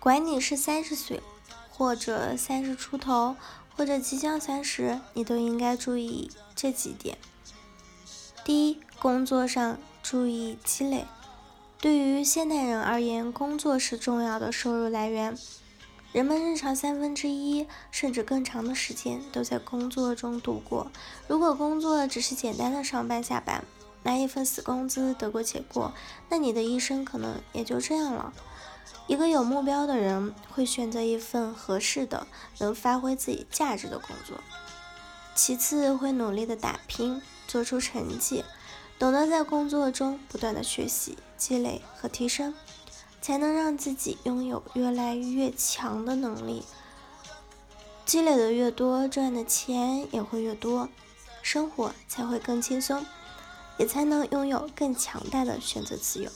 管你是30岁，或者30出头，或者即将30，你都应该注意这几点。第一，工作上注意积累。对于现代人而言，工作是重要的收入来源。人们日常1/3甚至更长的时间都在工作中度过。如果工作只是简单的上班下班，拿一份死工资得过且过，那你的一生可能也就这样了。一个有目标的人会选择一份合适的、能发挥自己价值的工作。其次，会努力的打拼，做出成绩，懂得在工作中不断的学习、积累和提升，才能让自己拥有越来越强的能力。积累的越多，赚的钱也会越多，生活才会更轻松，也才能拥有更强大的选择自由。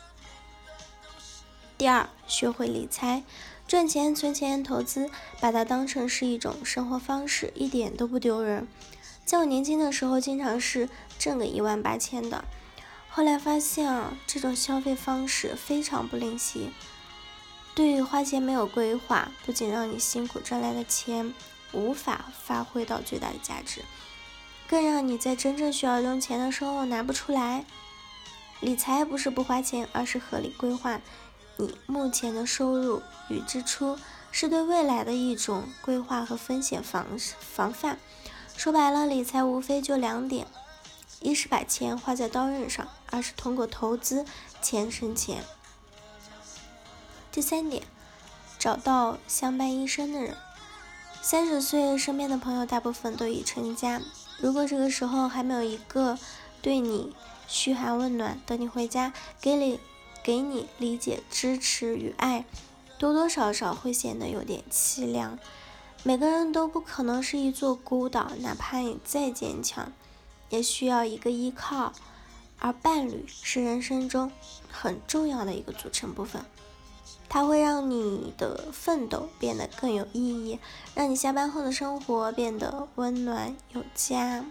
第二，学会理财，赚钱、存钱、投资，把它当成是一种生活方式，一点都不丢人。在我年轻的时候，经常是挣个18000的，后来发现这种消费方式非常不灵犀。对于花钱没有规划，不仅让你辛苦赚来的钱无法发挥到最大的价值，更让你在真正需要用钱的时候拿不出来。理财不是不花钱，而是合理规划你目前的收入与支出，是对未来的一种规划和风险防范。说白了，理财无非就2点：一是把钱花在刀刃上，二是通过投资钱生钱。第3点，找到相伴一生的人。30岁，身边的朋友大部分都已成家，如果这个时候还没有一个对你嘘寒问暖，等你回家，给你理解、支持与爱，多多少少会显得有点凄凉。每个人都不可能是一座孤岛，哪怕你再坚强，也需要一个依靠，而伴侣是人生中很重要的一个组成部分。它会让你的奋斗变得更有意义，让你下班后的生活变得温暖有家。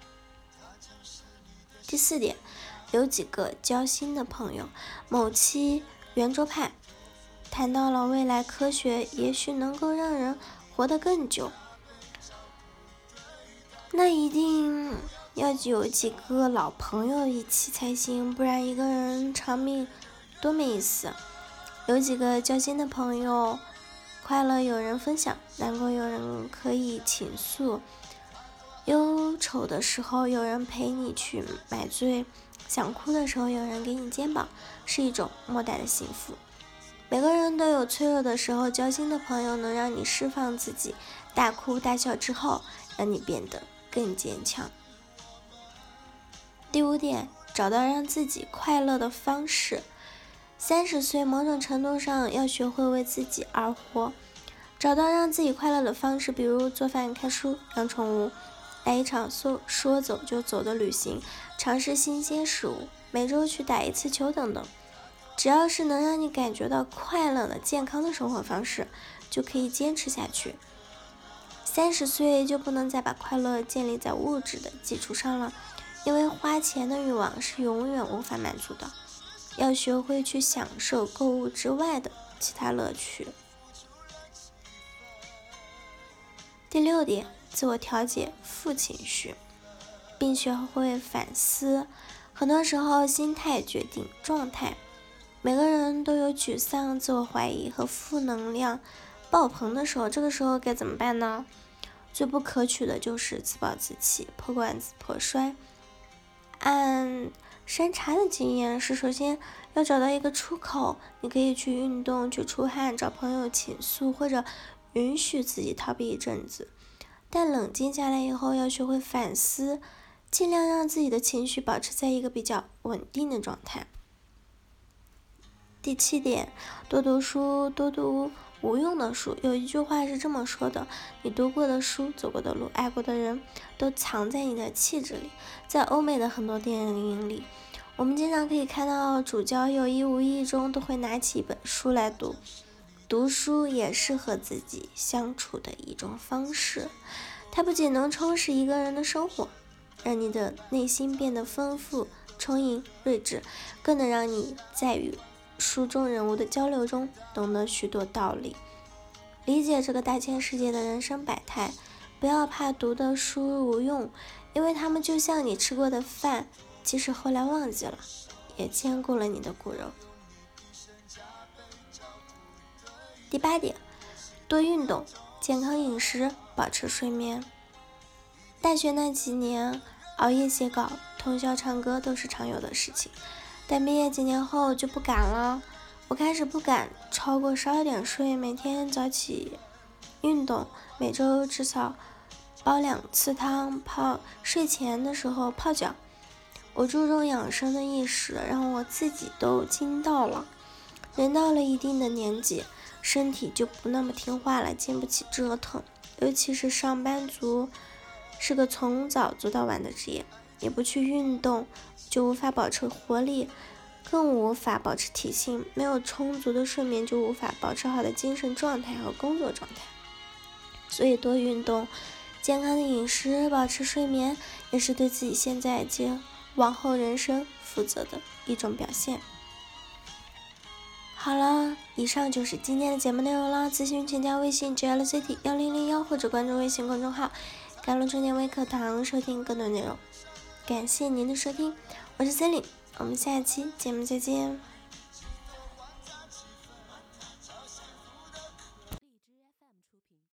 第4点，有几个交心的朋友。某期圆桌派谈到了未来科学也许能够让人活得更久，那一定要有几个老朋友一起才行，不然一个人长命多没意思。有几个交心的朋友，快乐有人分享，难过有人可以倾诉，忧愁的时候有人陪你去买醉，想哭的时候有人给你肩膀，是一种莫大的幸福。每个人都有脆弱的时候，交心的朋友能让你释放自己，大哭大笑之后，让你变得更坚强。第5点，找到让自己快乐的方式。30岁，某种程度上要学会为自己而活，找到让自己快乐的方式，比如做饭、看书、养宠物，来一场说走就走的旅行，尝试新鲜事物，每周去打1次球等等。只要是能让你感觉到快乐的、健康的生活方式，就可以坚持下去。30岁就不能再把快乐建立在物质的基础上了，因为花钱的欲望是永远无法满足的。要学会去享受购物之外的其他乐趣。第6点，自我调节负情绪，并学会反思。很多时候，心态决定状态。每个人都有沮丧、自我怀疑和负能量爆棚的时候，这个时候该怎么办呢？最不可取的就是自暴自弃、破罐子破摔。按山茶的经验是，首先要找到一个出口，你可以去运动、去出汗、找朋友倾诉，或者允许自己逃避一阵子。但冷静下来以后，要学会反思，尽量让自己的情绪保持在一个比较稳定的状态。第7点，多读书，多读无用的书。有一句话是这么说的：你读过的书、走过的路、爱过的人，都藏在你的气质里。在欧美的很多电影里，我们经常可以看到主角有意无意中都会拿起一本书来读。读书也是和自己相处的一种方式，它不仅能充实一个人的生活，让你的内心变得丰富、充盈、睿智，更能让你在与书中人物的交流中懂得许多道理，理解这个大千世界的人生百态。不要怕读的书无用，因为他们就像你吃过的饭，即使后来忘记了，也兼顾了你的骨肉。第8点，多运动，健康饮食，保持睡眠。大学那几年，熬夜写稿、通宵唱歌都是常有的事情，但毕业几年后就不敢了。我开始不敢超过12点睡，每天早起运动，每周至少煲2次汤，睡前的时候泡脚。我注重养生的意识，让我自己都惊到了。人到了一定的年纪，身体就不那么听话了，经不起折腾。尤其是上班族，是个从早做到晚的职业，也不去运动，就无法保持活力，更无法保持体性。没有充足的睡眠，就无法保持好的精神状态和工作状态。所以多运动，健康的饮食，保持睡眠，也是对自己现在及往后人生负责的一种表现。好了，以上就是今天的节目内容了。咨询请加微信 JLCT1001 或者关注微信公众号“甘露春天微课堂”收听更多内容。感谢您的收听，我是森林，我们下期节目再见。